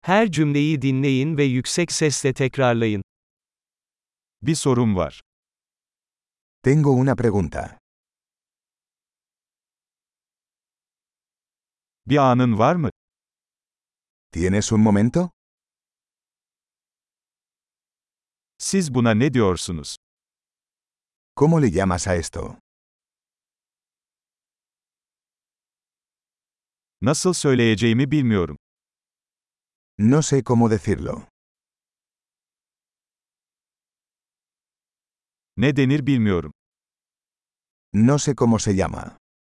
Her cümleyi dinleyin ve yüksek sesle tekrarlayın. Bir sorum var. Tengo una pregunta. Bir anın var mı? ¿Tienes un momento? Siz buna ne diyorsunuz? ¿Cómo le llamas a esto? Nasıl söyleyeceğimi bilmiyorum. No sé cómo decirlo. Ne denir bilmiyorum. No sé cómo se llama.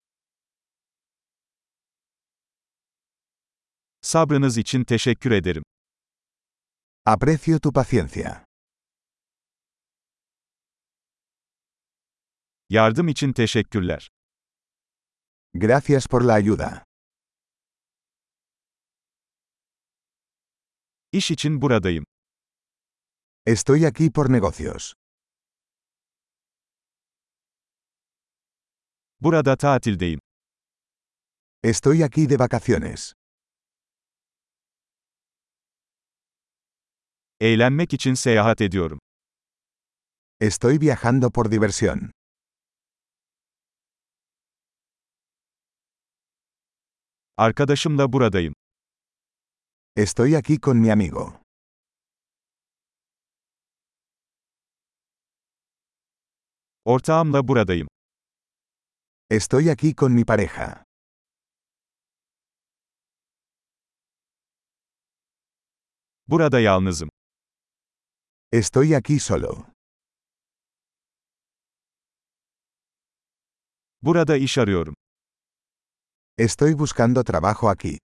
Sabrınız için teşekkür ederim. Aprecio tu paciencia. Yardım için teşekkürler. Gracias por la ayuda. İş için buradayım. Estoy aquí por negocios. Burada tatildeyim. Estoy aquí de vacaciones. Eğlenmek için seyahat ediyorum. Estoy viajando por diversión. Arkadaşımla buradayım. Estoy aquí con mi amigo. Ortağımla buradayım. Estoy aquí con mi pareja. Burada yalnızım. Estoy aquí solo. Burada iş arıyorum. Estoy buscando trabajo aquí.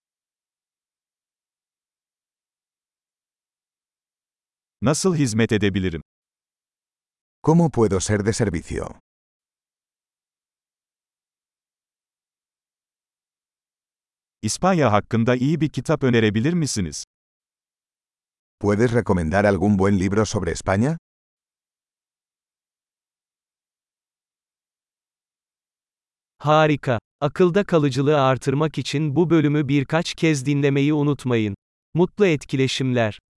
Nasıl hizmet edebilirim? ¿Cómo puedo ser de servicio? İspanya hakkında iyi bir kitap önerebilir misiniz? ¿Puedes recomendar algún buen libro sobre España? Harika. Akılda kalıcılığı artırmak için bu bölümü birkaç kez dinlemeyi unutmayın. Mutlu etkileşimler.